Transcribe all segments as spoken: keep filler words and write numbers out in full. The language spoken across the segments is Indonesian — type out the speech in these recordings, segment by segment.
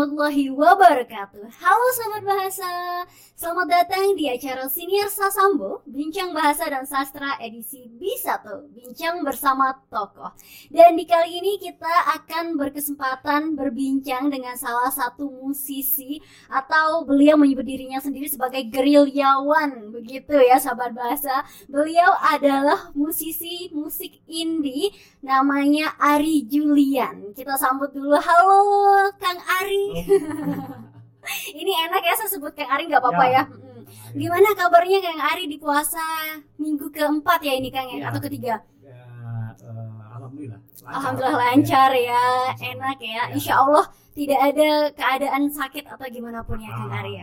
warahmatullahi wabarakatuh. Halo Sobat Bahasa, selamat datang di acara Siniar Sasambo, Bincang Bahasa dan Sastra edisi B satu, Bincang bersama Tokoh. Dan di kali ini kita akan berkesempatan berbincang dengan salah satu musisi, atau beliau menyebut dirinya sendiri sebagai gerilyawan, begitu ya Sobat Bahasa. Beliau adalah musisi musik indie, namanya Ari Julian. Kita sambut dulu. Halo Kang Ari. Ini enak ya saya sebut Kang Ari, nggak apa-apa ya, ya? Hmm. Gimana kabarnya Kang Ari di puasa minggu keempat ya ini Kang ya, ya. Atau ketiga? Ya, uh, alhamdulillah. Lancar. Alhamdulillah lancar ya, ya. Enak ya. ya. Insya Allah tidak ada keadaan sakit atau gimana pun ya Kang Ari ya.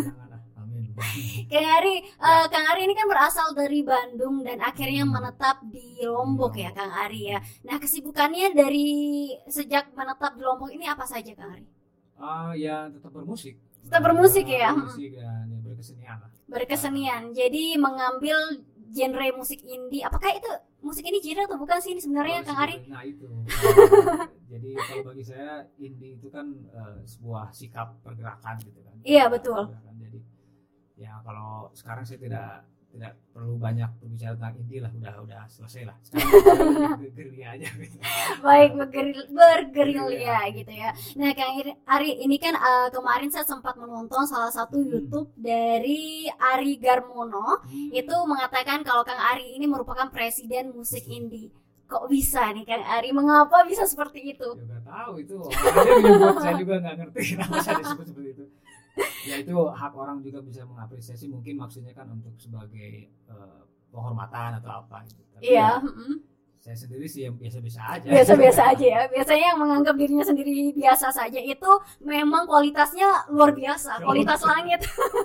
Kang Ari, uh, Kang Ari ini kan berasal dari Bandung dan akhirnya menetap di Lombok ya Kang Ari ya. Nah kesibukannya dari sejak menetap di Lombok ini apa saja Kang Ari? Ah uh, ya tetap bermusik. Tetap bermusik uh, ya. Bermusik dan ya, berkesenian lah. Berkesenian. Jadi mengambil genre musik indie. Apakah itu musik ini genre atau bukan sih ini sebenarnya oh, Kang Ari? Nah itu. Jadi kalau bagi saya indie itu kan uh, sebuah sikap pergerakan gitu kan. Iya betul. Pergerakan. Jadi ya kalau sekarang saya tidak tidak perlu banyak berbicara tentang indie lah, udah udah selesai lah. Sekarang bergerilya aja gitu. Baik, bergeril, bergerilya gitu ya. Nah Kang Ari, ini kan uh, kemarin saya sempat menonton salah satu hmm. YouTube dari Ari Garmono, hmm. itu mengatakan kalau Kang Ari ini merupakan presiden musik indie. Kok bisa nih Kang Ari? Mengapa bisa seperti itu? Ya nggak tahu itu. Orangnya menyebut, saya juga nggak ngerti kenapa saya disebut seperti itu. Ya itu hak orang juga bisa mengapresiasi, mungkin maksudnya kan untuk sebagai uh, penghormatan atau apa gitu. Iya. Ya, saya sendiri sih yang biasa-biasa aja. Biasa-biasa aja ya. Biasanya yang menganggap dirinya sendiri biasa saja itu memang kualitasnya luar biasa, kualitas langit.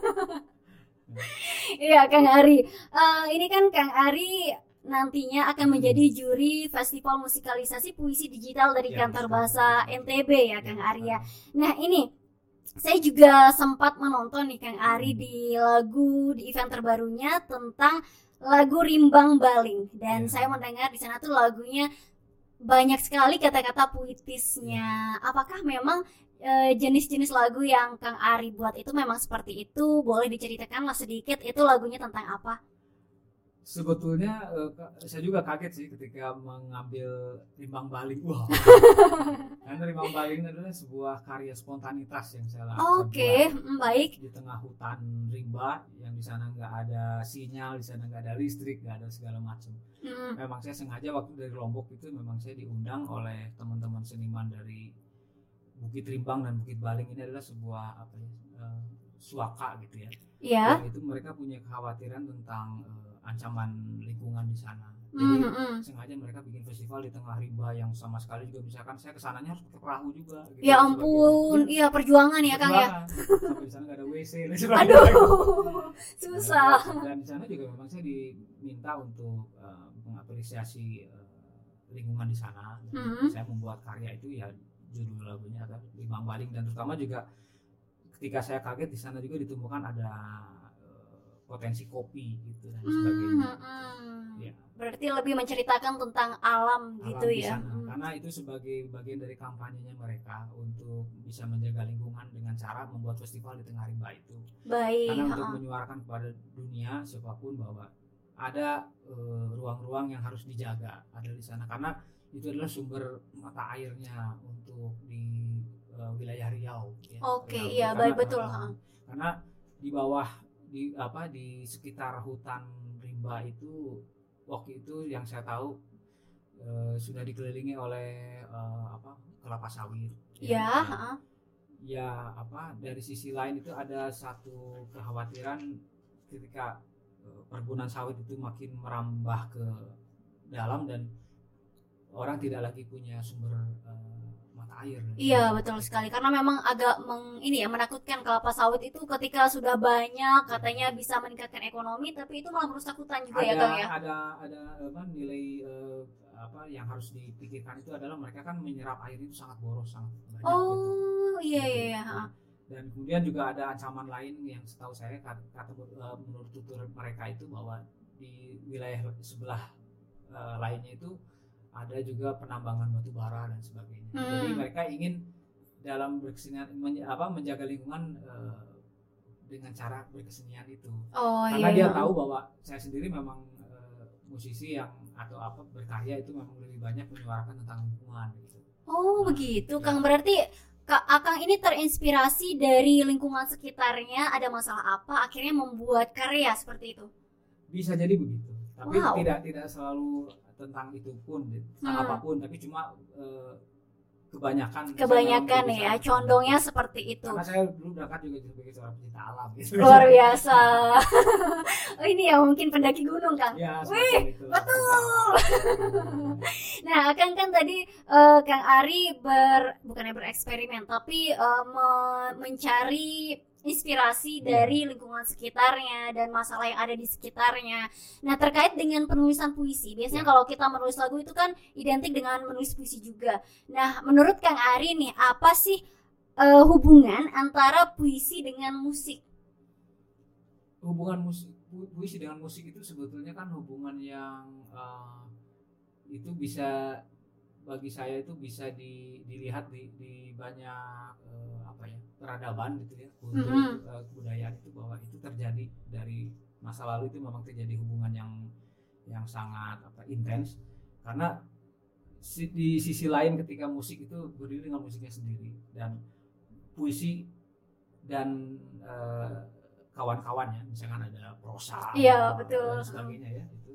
Iya Kang Ari. Uh, ini kan Kang Ari nantinya akan menjadi juri Festival Musikalisasi Puisi Digital dari ya, Kantor Bahasa N T B ya Kang Ari ya. Nah ini saya juga sempat menonton nih Kang Ari di lagu di event terbarunya tentang lagu Rimbang Baling dan yeah. saya mendengar di sana tuh lagunya banyak sekali kata-kata puitisnya. Apakah memang e, jenis-jenis lagu yang Kang Ari buat itu memang seperti itu? Boleh diceritakanlah sedikit itu lagunya tentang apa? Sebetulnya uh, saya juga kaget sih ketika mengambil Rimbang Baling. Wah. Karena Rimbang Baling adalah sebuah karya spontanitas yang saya lakukan. Oke, okay, baik. Di tengah hutan rimba yang di sana nggak ada sinyal, di sana nggak ada listrik, nggak ada segala macam. Hmm. Memang saya sengaja waktu dari Lombok itu memang saya diundang oleh teman-teman seniman dari Bukit Rimbang dan Bukit Baling. Ini adalah sebuah apa ya, uh, suaka gitu ya. Iya. Dan itu mereka punya kekhawatiran tentang uh, ancaman lingkungan di sana. Jadi mm-hmm. sengaja mereka bikin festival di tengah rimba yang sama sekali juga misalkan saya kesananya harus pakai perahu juga. Gitu, ya ampun, iya perjuangan ya Kang ya. Sampai di sana nggak ada W C. Aduh, susah. Dan, dan di sana juga memang saya diminta untuk uh, mengapresiasi uh, lingkungan di sana. Mm-hmm. Saya membuat karya itu ya judul lagunya adalah Rimbang Baling dan terutama juga ketika saya kaget di sana juga ditemukan ada potensi kopi gitu dan sebagainya. Hmm, ya. Berarti lebih menceritakan tentang alam, alam gitu ya. Hmm. Karena itu sebagai bagian dari kampanyenya mereka untuk bisa menjaga lingkungan dengan cara membuat festival di tengah rimba itu. Baik. Karena ha-ha. untuk menyuarakan kepada dunia siapapun bahwa ada uh, ruang-ruang yang harus dijaga ada di sana karena itu adalah sumber mata airnya untuk di uh, wilayah Riau. Ya. Oke, okay, iya baik betul. Uh, karena di bawah di apa di sekitar hutan rimba itu waktu itu yang saya tahu e, sudah dikelilingi oleh e, apa kelapa sawit ya ya, ya, ya apa dari sisi lain itu ada satu kekhawatiran ketika e, perkebunan sawit itu makin merambah ke dalam dan orang tidak lagi punya sumber e, air. Iya betul sekali karena memang agak meng, ini ya menakutkan kelapa sawit itu ketika sudah banyak katanya bisa meningkatkan ekonomi tapi itu malah merusak hutan juga ada, ya Kang ya. Ada ada apa nilai uh, apa yang harus dipikirkan itu adalah mereka kan menyerap air itu sangat boros sangat banyak. Oh gitu. iya iya. iya. Dan kemudian juga ada ancaman lain yang setahu saya kata, kata uh, menurut tutur mereka itu bahwa di wilayah sebelah uh, lainnya itu ada juga penambangan batu bara dan sebagainya. Hmm. Jadi mereka ingin dalam berkesenian men, apa menjaga lingkungan uh, dengan cara berkesenian itu. Oh, karena iya, dia iya. tahu bahwa saya sendiri memang uh, musisi yang atau apa berkarya itu memang lebih banyak menyuarakan tentang lingkungan gitu. Oh, begitu. Ya. Kang, berarti Kak Akang ini terinspirasi dari lingkungan sekitarnya, ada masalah apa akhirnya membuat karya seperti itu. Bisa jadi begitu. Tapi Wow. tidak tidak selalu tentang itu pun, tentang Hmm. apapun, tapi cuma uh, kebanyakan Kebanyakan saya ya, bisa- condongnya seperti itu. Karena saya dulu berangkat juga sebagai seorang pecinta alam gitu. Luar biasa. Oh, ini ya mungkin pendaki gunung, Kang. Ya, Wih, semacam itu. betul. Nah, Kang kan tadi eh, Kang Ari ber bukannya bereksperimen tapi eh, me- mencari inspirasi Iya. dari lingkungan sekitarnya dan masalah yang ada di sekitarnya. Nah, terkait dengan penulisan puisi, biasanya Iya. kalau kita menulis lagu itu kan identik dengan menulis puisi juga. Nah, menurut Kang Ari nih, apa sih eh, hubungan antara puisi dengan musik? Hubungan musik pu- puisi dengan musik itu sebetulnya kan hubungan yang uh, itu bisa bagi saya itu bisa di, dilihat di, di banyak uh, apa ya peradaban gitu ya kultur Mhm. uh, kebudayaan itu bahwa itu terjadi dari masa lalu itu memang terjadi hubungan yang yang sangat apa intens karena si, di sisi lain ketika musik itu berdiri dengan musiknya sendiri dan puisi dan uh, kawan-kawannya misalkan ada prosa Iya, betul. dan sebagainya ya itu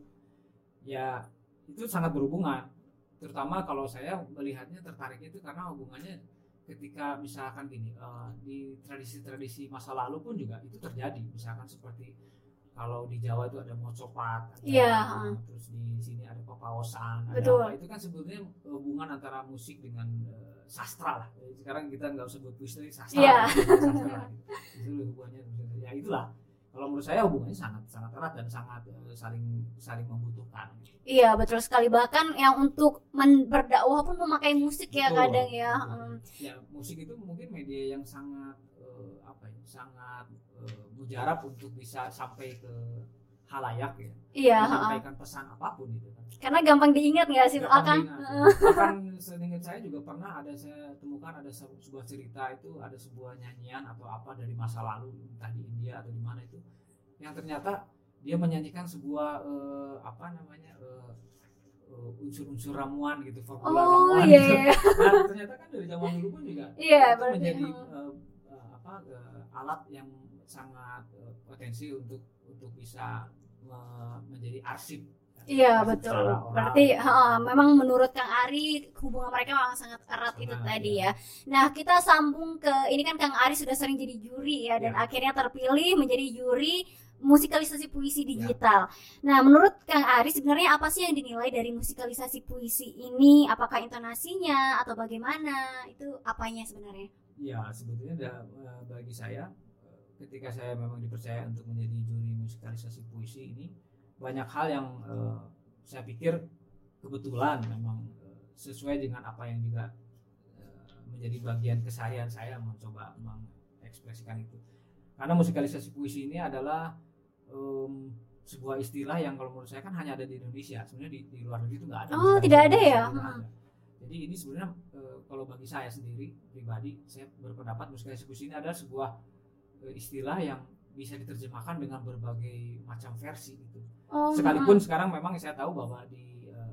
ya itu sangat berhubungan terutama kalau saya melihatnya tertariknya itu karena hubungannya ketika misalkan gini uh, di tradisi-tradisi masa lalu pun juga itu terjadi misalkan seperti kalau di Jawa itu ada mocopat ada, Iya. terus di sini ada papaosan ada Betul. apa itu kan sebetulnya hubungan antara musik dengan uh, sastra lah sekarang kita nggak sebut puisi sastra Iya. sastra itu hubungannya ya itulah kalau menurut saya hubungannya sangat sangat erat dan sangat uh, saling saling membutuhkan. Iya, betul sekali. Bahkan yang untuk men- berdakwah pun memakai musik ya Betul, kadang ya. betul. Hmm. Ya musik itu mungkin media yang sangat uh, apa ya sangat uh, mujarab untuk bisa sampai ke halayak ya Iya, ha-ha. menyampaikan pesan apapun gitu kan. Karena gampang diingat nggak sih, Gampang Akang? diingat, Heeh. ya. Bahkan seingat saya juga pernah ada saya temukan ada sebu- sebuah cerita itu ada sebuah nyanyian atau apa dari masa lalu entah di India atau di mana itu yang ternyata dia menyanyikan sebuah eh, apa namanya eh, eh, unsur-unsur ramuan gitu formula Oh, ramuan iya, gitu. iya. Nah, ternyata kan dari zaman dulu pun juga Iya, itu berarti, menjadi hmm. eh, eh, apa eh, alat yang sangat eh, potensi untuk untuk bisa me- menjadi arsip. Iya, Arsip betul. secara oral. Berarti ha, memang menurut Kang Ari hubungan mereka memang sangat erat itu Sangat, tadi ya. ya. Nah, kita sambung ke ini kan Kang Ari sudah sering jadi juri ya dan Ya. akhirnya terpilih menjadi juri musikalisasi puisi digital. Nah, menurut Kang Ari sebenarnya apa sih yang dinilai dari musikalisasi puisi ini? Apakah intonasinya atau bagaimana? Itu apanya sebenarnya? Ya sebetulnya da- eh, bagi saya eh, ketika saya memang dipercaya untuk menjadi juri musikalisasi puisi ini banyak hal yang eh, saya pikir kebetulan memang eh, sesuai dengan apa yang juga eh, menjadi bagian keseharian saya mencoba mengekspresikan itu karena musikalisasi puisi ini adalah em, sebuah istilah yang kalau menurut saya kan hanya ada di Indonesia sebenarnya di, di luar negeri itu nggak ada. Oh, musikalisasi tidak ada puisi, ya? tidak Hmm. ada. Jadi ini sebenarnya eh, kalau bagi saya sendiri pribadi saya berpendapat musikalisasi puisi ini adalah sebuah eh, istilah yang bisa diterjemahkan dengan berbagai macam versi gitu. Oh, Sekalipun hmm. sekarang memang saya tahu bahwa di eh,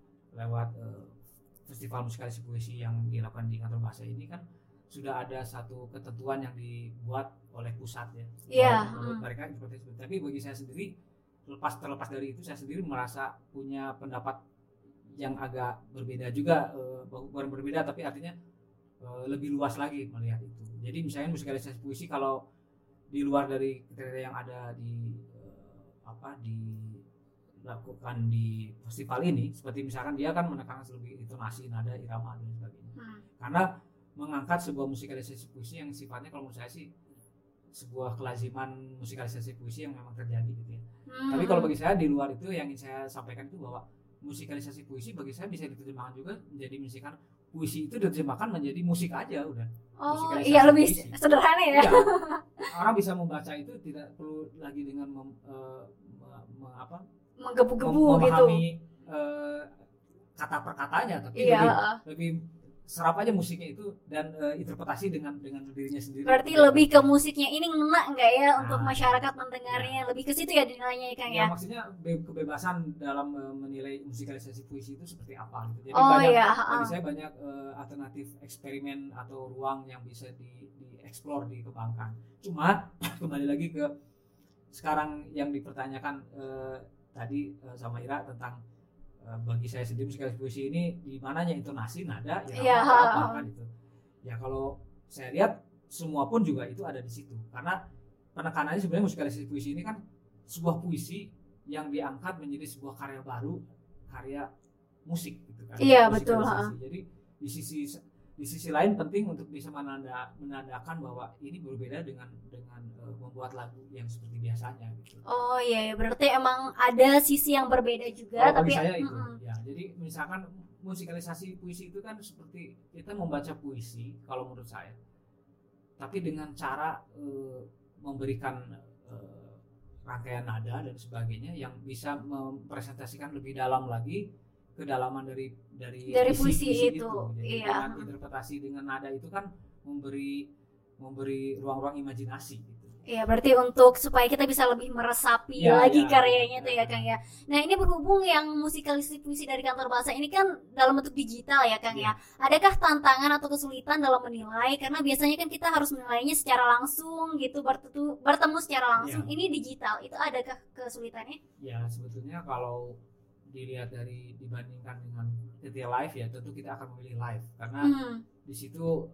lewat eh, festival musikalisasi puisi yang dilakukan di kantor bahasa ini kan sudah ada satu ketentuan yang dibuat oleh pusat ya. Iya, Bahwa menurut hmm. mereka seperti itu. Tapi bagi saya sendiri lepas terlepas dari itu saya sendiri merasa punya pendapat yang agak berbeda juga eh, bukan berbeda tapi artinya eh, lebih luas lagi melihat itu. Jadi misalnya musikalisasi puisi kalau di luar dari kriteria yang ada di eh, apa dilakukan di festival ini seperti misalkan dia kan menekankan lebih intonasi, nada, irama dan sebagainya. Hmm. Karena mengangkat sebuah musikalisasi puisi yang sifatnya kalau menurut saya sih sebuah kelaziman musikalisasi puisi yang memang terjadi gitu ya. Hmm. Tapi kalau bagi saya di luar itu yang ingin saya sampaikan itu bahwa musikalisasi puisi bagi saya bisa diterjemahkan juga menjadi misalkan puisi itu diterjemahkan menjadi musik aja udah. Oh, musikalisasi iya lebih puisi. sederhana ya. Iya. Orang bisa membaca itu tidak perlu lagi dengan mem, eh, me- me- apa, Menggebu-gebu mem- gitu. memahami eh, kata per katanya, tapi Iya, lebih, heeh. lebih serap aja musiknya itu dan uh, interpretasi dengan dengan dirinya sendiri. Berarti gitu. Lebih ke musiknya ini ngena nggak ya nah, untuk masyarakat mendengarnya, ya. Lebih ke situ ya dinilainya Kang ya. Ya maksudnya kebebasan dalam uh, menilai musikalisasi puisi itu seperti apa gitu. Jadi oh, banyak ya. bagi saya banyak uh, alternatif eksperimen atau ruang yang bisa di dieksplor, dikembangkan. Cuma kembali lagi ke sekarang yang dipertanyakan uh, tadi uh, sama Ira tentang bagi saya sendiri musikalisasi puisi ini di mananya intonasi, nada, ya, ya apa kan itu. Ya kalau saya lihat semua pun juga itu ada di situ. Karena penekanannya sebenarnya musikalisasi puisi ini kan sebuah puisi yang diangkat menjadi sebuah karya baru, karya musik gitu kan. Iya betul. Jadi di sisi di sisi lain penting untuk bisa menanda, menandakan bahwa ini berbeda dengan dengan uh, membuat lagu yang seperti biasanya gitu. Oh iya, berarti emang ada sisi yang berbeda juga. Oh, tapi bagi saya itu mm-mm. ya. Jadi misalkan musikalisasi puisi itu kan seperti kita membaca puisi kalau menurut saya, tapi dengan cara uh, memberikan uh, rangkaian nada dan sebagainya yang bisa mempresentasikan lebih dalam lagi kedalaman dari dari, dari isi, puisi isi itu, itu. Jadi iya. dengan interpretasi dengan nada itu kan memberi memberi ruang-ruang imajinasi gitu. Iya, berarti untuk supaya kita bisa lebih meresapi ya, lagi ya, karyanya itu ya, ya Kang ya. Nah, ini berhubung yang musikalisasi puisi dari Kantor Bahasa ini kan dalam bentuk digital ya Kang ya. ya. Adakah tantangan atau kesulitan dalam menilai? Karena biasanya kan kita harus menilainya secara langsung gitu, bertemu, bertemu secara langsung. Ya. Ini digital, itu adakah kesulitannya? Ya, sebetulnya kalau dilihat dari dibandingkan dengan ketika live ya tentu kita akan memilih live karena hmm. di situ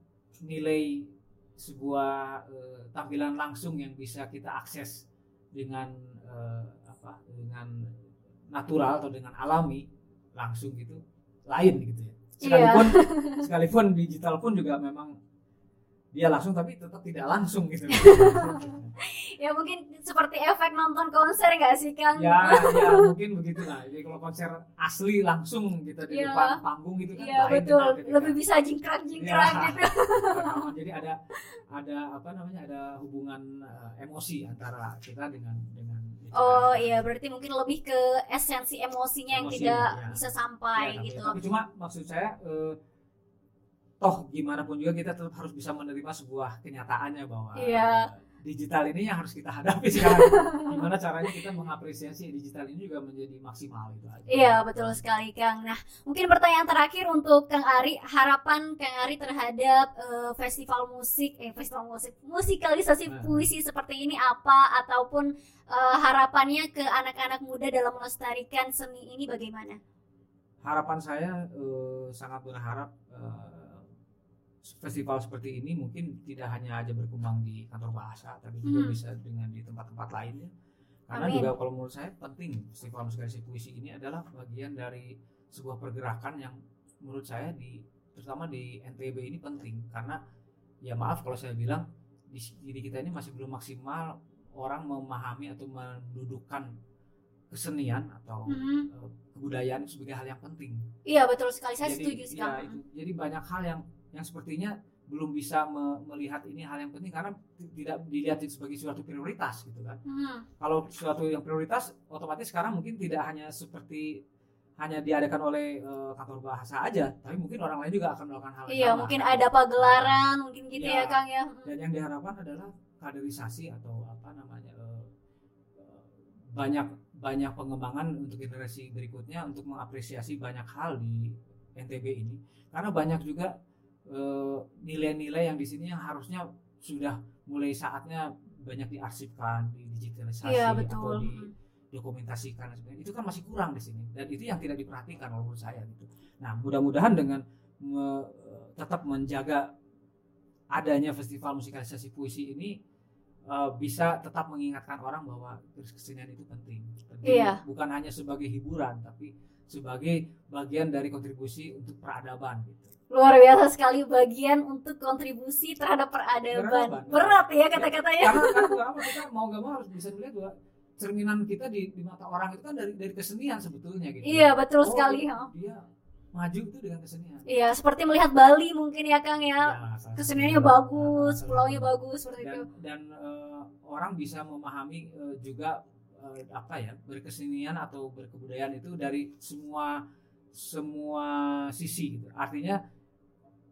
nilai sebuah uh, tampilan langsung yang bisa kita akses dengan uh, apa dengan natural atau dengan alami langsung gitu lain gitu ya sekalipun yeah. sekalipun digital pun juga memang dia langsung tapi tetap tidak langsung gitu. Ya mungkin seperti efek nonton konser nggak sih Kang? Ya, ya mungkin begitulah. Jadi kalau konser asli langsung gitu di ya. Depan panggung gitu kan. Iya betul. Lebih bisa jingkrak-jingkrak ya. Gitu. Jadi ada ada apa namanya ada hubungan uh, emosi antara kita dengan dengan. Oh iya berarti mungkin lebih ke esensi emosinya emosi, yang tidak ya. Bisa sampai ya, gitu. Tapi cuma maksud saya. Uh, toh gimana pun juga kita tetap harus bisa menerima sebuah kenyataannya bahwa yeah. digital ini yang harus kita hadapi sekarang. Gimana caranya kita mengapresiasi digital ini juga menjadi maksimal itu aja. Iya betul sekali Kang. Nah mungkin pertanyaan terakhir untuk Kang Ari, harapan Kang Ari terhadap uh, festival musik, eh festival musik, musikalisasi nah. puisi seperti ini apa ataupun uh, harapannya ke anak-anak muda dalam melestarikan seni ini bagaimana? Harapan saya uh, sangat berharap. Uh, Festival seperti ini mungkin tidak hanya aja berkembang di Kantor Bahasa, tapi juga hmm. bisa dengan di tempat-tempat lainnya. Karena Amin. Juga kalau menurut saya penting festival musikalisasi puisi ini adalah bagian dari sebuah pergerakan yang menurut saya di terutama di N T B ini penting. Karena ya maaf kalau saya bilang di diri kita ini masih belum maksimal orang memahami atau mendudukkan kesenian atau hmm. uh, kebudayaan sebagai hal yang penting. Iya betul sekali, saya jadi, setuju sekali. Ya, itu, jadi banyak hal yang yang sepertinya belum bisa me- melihat ini hal yang penting karena t- tidak dilihat sebagai suatu prioritas gitu kan. Hmm. Kalau suatu yang prioritas otomatis sekarang mungkin tidak hanya seperti hanya diadakan oleh uh, Kantor Bahasa aja, tapi mungkin orang lain juga akan melakukan hal yang iya, sama. Iya, mungkin ada pagelaran, nah, mungkin gitu ya, ya Kang ya. Dan yang diharapkan adalah kaderisasi atau apa namanya uh, banyak banyak pengembangan untuk generasi berikutnya untuk mengapresiasi banyak hal di N T B ini. Karena banyak juga Uh, nilai-nilai yang di sini yang harusnya sudah mulai saatnya banyak diarsipkan, didigitalisasi ya, atau didokumentasikan sebenarnya itu kan masih kurang di sini dan itu yang tidak diperhatikan menurut saya gitu. Nah mudah-mudahan dengan me, tetap menjaga adanya festival musikalisasi puisi ini uh, bisa tetap mengingatkan orang bahwa kesenian itu penting, penting ya. Bukan hanya sebagai hiburan tapi sebagai bagian dari kontribusi untuk peradaban gitu. Luar biasa sekali bagian untuk kontribusi terhadap peradaban. Berat, berat ya kata-katanya. Ya, karena, karena kita mau gak mau harus bisa melihat bahwa cerminan kita di, di mata orang itu kan dari dari kesenian sebetulnya gitu. Iya betul oh, sekali. Dia, dia maju itu dengan kesenian. Iya seperti melihat Bali mungkin ya Kang ya. ya Keseniannya bagus, nah, pulaunya bagus seperti dan, itu. Dan uh, orang bisa memahami uh, juga uh, apa ya berkesenian atau berkebudayaan itu dari semua semua sisi gitu. Artinya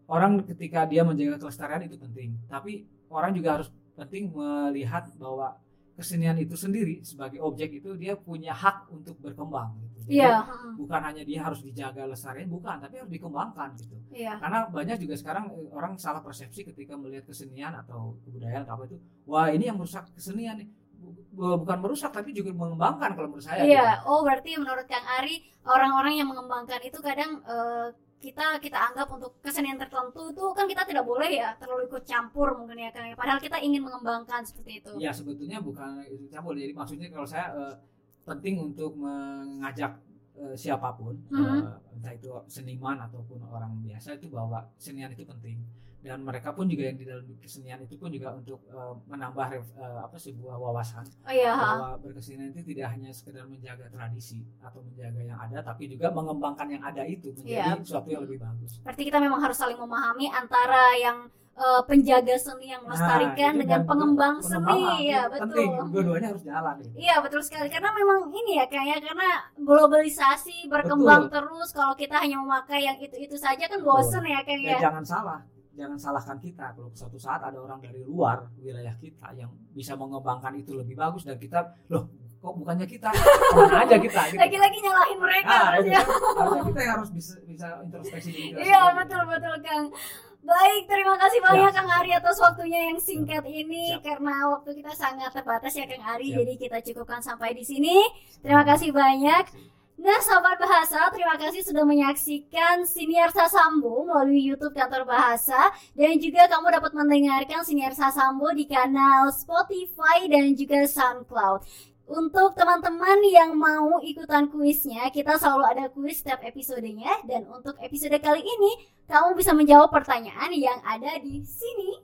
orang ketika dia menjaga kelestarian itu penting, tapi orang juga harus penting melihat bahwa kesenian itu sendiri sebagai objek itu dia punya hak untuk berkembang gitu. Jadi Iya. bukan hanya dia harus dijaga lestarian, bukan, tapi harus dikembangkan gitu. Iya. Karena banyak juga sekarang eh, orang salah persepsi ketika melihat kesenian atau kebudayaan atau apa itu, wah ini yang merusak kesenian nih. Bu- bukan merusak tapi juga mengembangkan kalau menurut saya. Iya, gitu. oh berarti menurut Kang Ari orang-orang yang mengembangkan itu kadang eh, kita kita anggap untuk kesenian tertentu itu kan kita tidak boleh ya terlalu ikut campur mungkin ya Kang. Padahal kita ingin mengembangkan seperti itu. Ya sebetulnya bukan itu campur. Jadi maksudnya kalau saya eh, penting untuk mengajak eh, siapapun, Mhm. eh, entah itu seniman ataupun orang biasa, itu bahwa kesenian itu penting. Dan mereka pun juga yang di dalam kesenian itu pun juga untuk uh, menambah ref, uh, apa sebuah wawasan Oh iya. bahwa berkesenian itu tidak hanya sekedar menjaga tradisi atau menjaga yang ada, tapi juga mengembangkan yang ada itu menjadi Iya. sesuatu yang lebih bagus. Berarti kita memang harus saling memahami antara yang eh, penjaga seni yang melestarikan Nah, itu dengan dan pengembang pengembangan seni ya itu betul. penting, dua-duanya harus jalan gitu. Iya betul sekali karena memang ini ya kayaknya karena globalisasi berkembang terus kalau kita hanya memakai yang itu-itu saja kan bosen ya Ya, kayaknya. jangan salah, jangan salahkan kita kalau suatu saat ada orang dari luar wilayah kita yang bisa mengembangkan itu lebih bagus dan kita loh kok bukannya kita, kemana aja kita gitu. Lagi-lagi nyalahin mereka Ah, terus itu ya. kan, harusnya kita yang harus bisa, bisa introspeksi diri kita Iya sendiri. betul betul Kang. Baik, terima kasih banyak Ya. Kang Ari atas waktunya yang singkat ini Siap. karena waktu kita sangat terbatas ya Kang Ari. Siap. Jadi kita cukupkan sampai di sini. Terima kasih banyak. Nah, Sobat Bahasa, terima kasih sudah menyaksikan Siniar Sasambo melalui YouTube Kantor Bahasa dan juga kamu dapat mendengarkan Siniar Sasambo di kanal Spotify dan juga SoundCloud. Untuk teman-teman yang mau ikutan kuisnya, kita selalu ada kuis setiap episodenya. Dan untuk episode kali ini, kamu bisa menjawab pertanyaan yang ada di sini.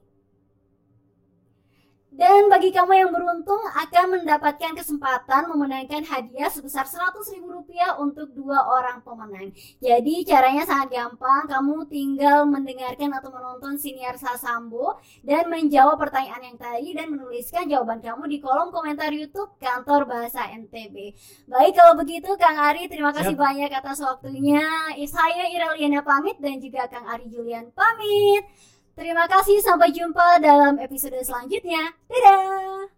Dan bagi kamu yang beruntung akan mendapatkan kesempatan memenangkan hadiah sebesar seratus ribu rupiah untuk dua orang pemenang. Jadi caranya sangat gampang, kamu tinggal mendengarkan atau menonton Siniar Sasambo dan menjawab pertanyaan yang tadi dan menuliskan jawaban kamu di kolom komentar YouTube Kantor Bahasa N T B. Baik kalau begitu Kang Ari, terima kasih Siap. banyak atas waktunya. Saya Iraliana pamit dan juga Kang Ari Julian pamit. Terima kasih, sampai jumpa dalam episode selanjutnya. Dadah!